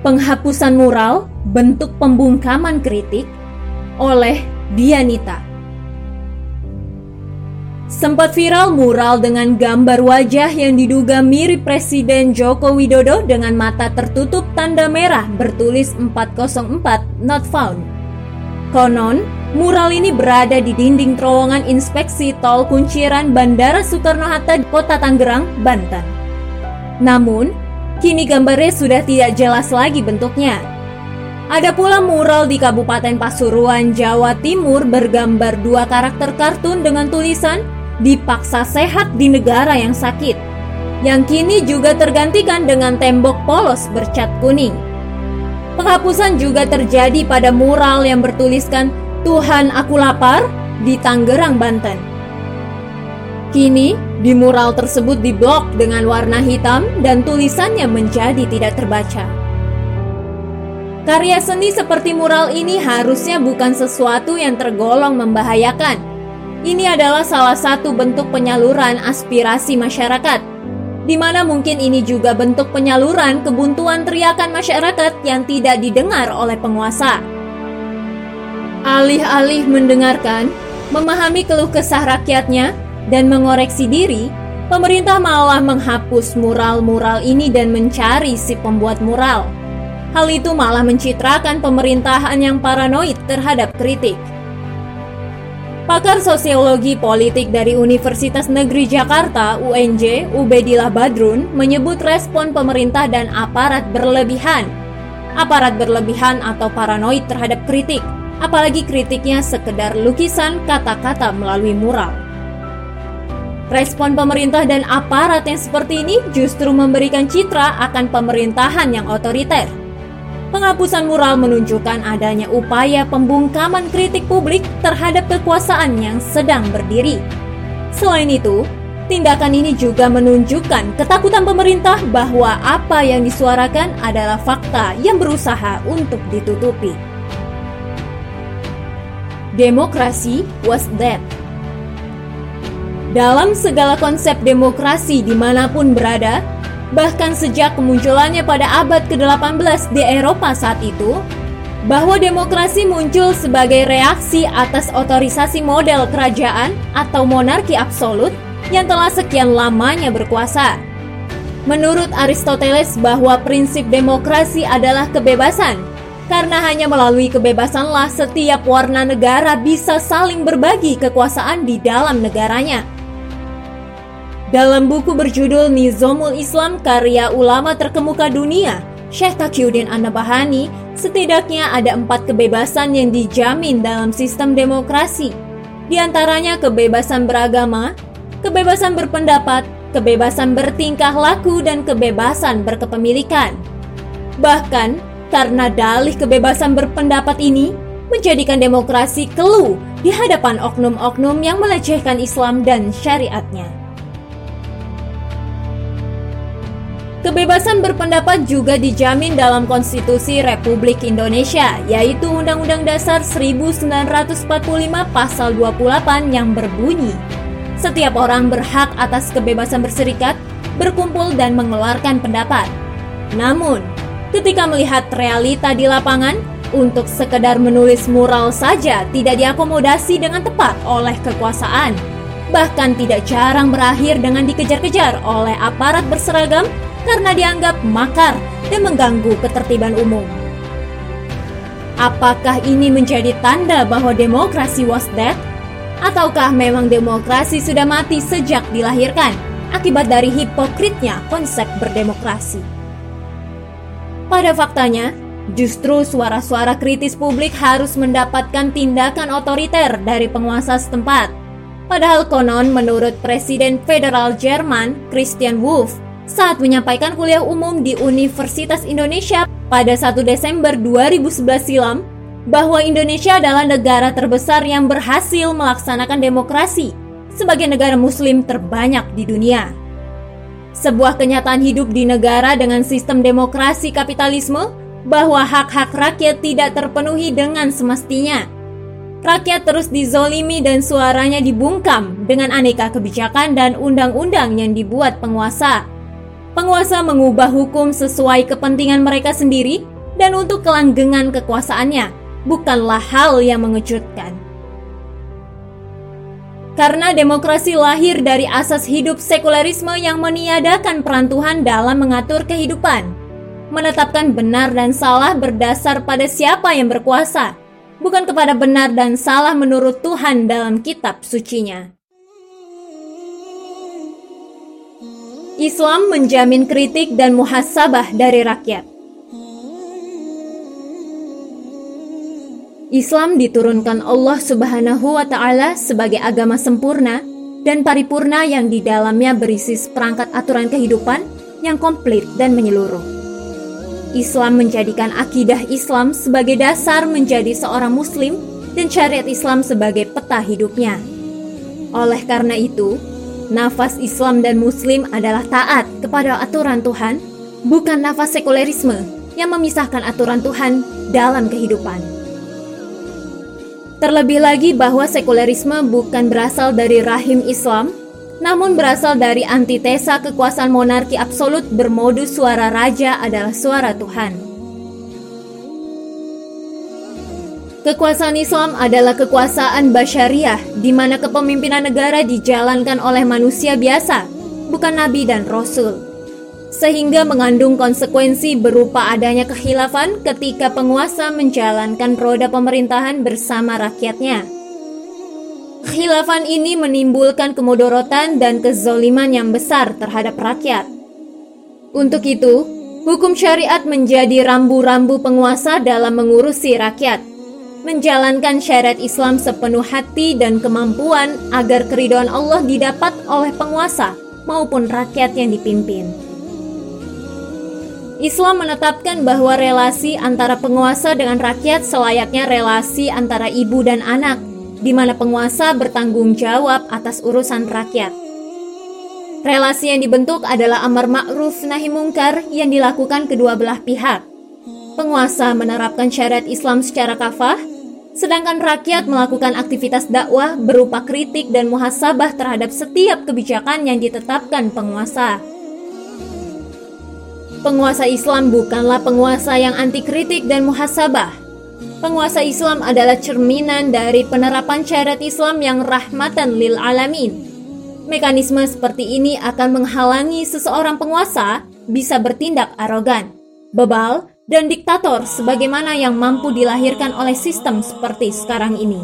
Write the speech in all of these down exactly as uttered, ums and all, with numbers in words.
Penghapusan mural, bentuk pembungkaman kritik oleh Dianita. Sempat viral mural dengan gambar wajah yang diduga mirip Presiden Joko Widodo dengan mata tertutup tanda merah bertulis empat nol empat not found. Konon, mural ini berada di dinding terowongan inspeksi tol kunciran Bandara Soekarno-Hatta, Kota Tangerang, Banten. Namun, kini gambarnya sudah tidak jelas lagi bentuknya. Ada pula mural di Kabupaten Pasuruan, Jawa Timur bergambar dua karakter kartun dengan tulisan "Dipaksa sehat di negara yang sakit", yang kini juga tergantikan dengan tembok polos bercat kuning. Penghapusan juga terjadi pada mural yang bertuliskan "Tuhan aku lapar" di Tangerang, Banten. Kini, di mural tersebut diblok dengan warna hitam dan tulisannya menjadi tidak terbaca. Karya seni seperti mural ini harusnya bukan sesuatu yang tergolong membahayakan. Ini adalah salah satu bentuk penyaluran aspirasi masyarakat, di mana mungkin ini juga bentuk penyaluran kebuntuan teriakan masyarakat yang tidak didengar oleh penguasa. Alih-alih mendengarkan, memahami keluh kesah rakyatnya, dan mengoreksi diri, pemerintah malah menghapus mural-mural ini dan mencari si pembuat mural. Hal itu malah mencitrakan pemerintahan yang paranoid terhadap kritik. Pakar sosiologi politik dari Universitas Negeri Jakarta U N J, Ubedillah Badrun, menyebut respon pemerintah dan aparat berlebihan. Aparat berlebihan atau paranoid terhadap kritik, apalagi kritiknya sekedar lukisan kata-kata melalui mural. Respon pemerintah dan aparat yang seperti ini justru memberikan citra akan pemerintahan yang otoriter. Penghapusan mural menunjukkan adanya upaya pembungkaman kritik publik terhadap kekuasaan yang sedang berdiri. Selain itu, tindakan ini juga menunjukkan ketakutan pemerintah bahwa apa yang disuarakan adalah fakta yang berusaha untuk ditutupi. Demokrasi was dead. Dalam segala konsep demokrasi dimanapun berada, bahkan sejak kemunculannya pada abad ke delapan belas di Eropa saat itu, bahwa demokrasi muncul sebagai reaksi atas otorisasi model kerajaan atau monarki absolut yang telah sekian lamanya berkuasa. Menurut Aristoteles bahwa prinsip demokrasi adalah kebebasan, karena hanya melalui kebebasanlah setiap warna negara bisa saling berbagi kekuasaan di dalam negaranya. Dalam buku berjudul Nizamul Islam karya ulama terkemuka dunia, Syekh Taqiyuddin An-Nabhani, setidaknya ada empat kebebasan yang dijamin dalam sistem demokrasi. Di antaranya kebebasan beragama, kebebasan berpendapat, kebebasan bertingkah laku, dan kebebasan berkepemilikan. Bahkan, karena dalih kebebasan berpendapat ini, menjadikan demokrasi keluh di hadapan oknum-oknum yang melecehkan Islam dan syariatnya. Kebebasan berpendapat juga dijamin dalam Konstitusi Republik Indonesia, yaitu Undang-Undang Dasar seribu sembilan ratus empat puluh lima Pasal dua puluh delapan yang berbunyi, setiap orang berhak atas kebebasan berserikat, berkumpul, dan mengeluarkan pendapat. Namun, ketika melihat realita di lapangan, untuk sekedar menulis mural saja tidak diakomodasi dengan tepat oleh kekuasaan, bahkan tidak jarang berakhir dengan dikejar-kejar oleh aparat berseragam karena dianggap makar dan mengganggu ketertiban umum. Apakah ini menjadi tanda bahwa demokrasi was dead? Ataukah memang demokrasi sudah mati sejak dilahirkan akibat dari hipokritnya konsep berdemokrasi? Pada faktanya, justru suara-suara kritis publik harus mendapatkan tindakan otoriter dari penguasa setempat. Padahal konon menurut Presiden Federal Jerman, Christian Wolff, saat menyampaikan kuliah umum di Universitas Indonesia pada satu Desember dua ribu sebelas silam, bahwa Indonesia adalah negara terbesar yang berhasil melaksanakan demokrasi sebagai negara muslim terbanyak di dunia. Sebuah kenyataan hidup di negara dengan sistem demokrasi kapitalisme bahwa hak-hak rakyat tidak terpenuhi dengan semestinya. Rakyat terus dizolimi dan suaranya dibungkam dengan aneka kebijakan dan undang-undang yang dibuat penguasa. Penguasa mengubah hukum sesuai kepentingan mereka sendiri dan untuk kelanggengan kekuasaannya bukanlah hal yang mengejutkan. Karena demokrasi lahir dari asas hidup sekularisme yang meniadakan peran Tuhan dalam mengatur kehidupan, menetapkan benar dan salah berdasar pada siapa yang berkuasa, bukan kepada benar dan salah menurut Tuhan dalam kitab sucinya. Islam menjamin kritik dan muhasabah dari rakyat. Islam diturunkan Allah Subhanahu wa Ta'ala sebagai agama sempurna dan paripurna yang di dalamnya berisi seperangkat aturan kehidupan yang komplit dan menyeluruh. Islam menjadikan akidah Islam sebagai dasar menjadi seorang Muslim dan syariat Islam sebagai peta hidupnya. Oleh karena itu, nafas Islam dan Muslim adalah taat kepada aturan Tuhan, bukan nafas sekulerisme yang memisahkan aturan Tuhan dalam kehidupan. Terlebih lagi bahwa sekulerisme bukan berasal dari rahim Islam, namun berasal dari antitesa kekuasaan monarki absolut bermodus suara raja adalah suara Tuhan. Kekuasaan Islam adalah kekuasaan basyariah, di mana kepemimpinan negara dijalankan oleh manusia biasa, bukan nabi dan rasul. Sehingga mengandung konsekuensi berupa adanya kekhilafan ketika penguasa menjalankan roda pemerintahan bersama rakyatnya. Kekhilafan ini menimbulkan kemudorotan dan kezaliman yang besar terhadap rakyat. Untuk itu, hukum syariat menjadi rambu-rambu penguasa dalam mengurusi rakyat, menjalankan syariat Islam sepenuh hati dan kemampuan agar keridhaan Allah didapat oleh penguasa maupun rakyat yang dipimpin. Islam menetapkan bahwa relasi antara penguasa dengan rakyat selayaknya relasi antara ibu dan anak, di mana penguasa bertanggung jawab atas urusan rakyat. Relasi yang dibentuk adalah amar ma'ruf nahi mungkar yang dilakukan kedua belah pihak. Penguasa menerapkan syariat Islam secara kafah, sedangkan rakyat melakukan aktivitas dakwah berupa kritik dan muhasabah terhadap setiap kebijakan yang ditetapkan penguasa. Penguasa Islam bukanlah penguasa yang anti kritik dan muhasabah. Penguasa Islam adalah cerminan dari penerapan syariat Islam yang rahmatan lil alamin. Mekanisme seperti ini akan menghalangi seseorang penguasa bisa bertindak arogan, bebal, dan diktator sebagaimana yang mampu dilahirkan oleh sistem seperti sekarang ini.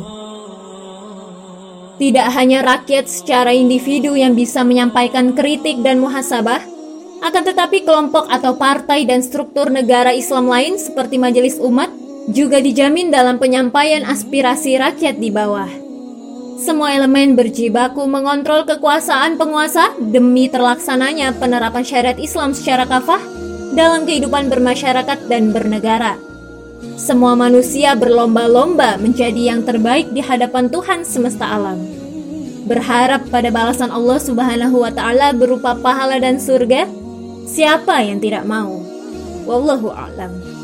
Tidak hanya rakyat secara individu yang bisa menyampaikan kritik dan muhasabah, akan tetapi kelompok atau partai dan struktur negara Islam lain seperti Majelis Umat juga dijamin dalam penyampaian aspirasi rakyat di bawah. Semua elemen berjibaku mengontrol kekuasaan penguasa demi terlaksananya penerapan syariat Islam secara kafah dalam kehidupan bermasyarakat dan bernegara. Semua manusia berlomba-lomba menjadi yang terbaik di hadapan Tuhan semesta alam, berharap pada balasan Allah Subhanahu wa Ta'ala berupa pahala dan surga. Siapa yang tidak mau? Wallahu a'lam.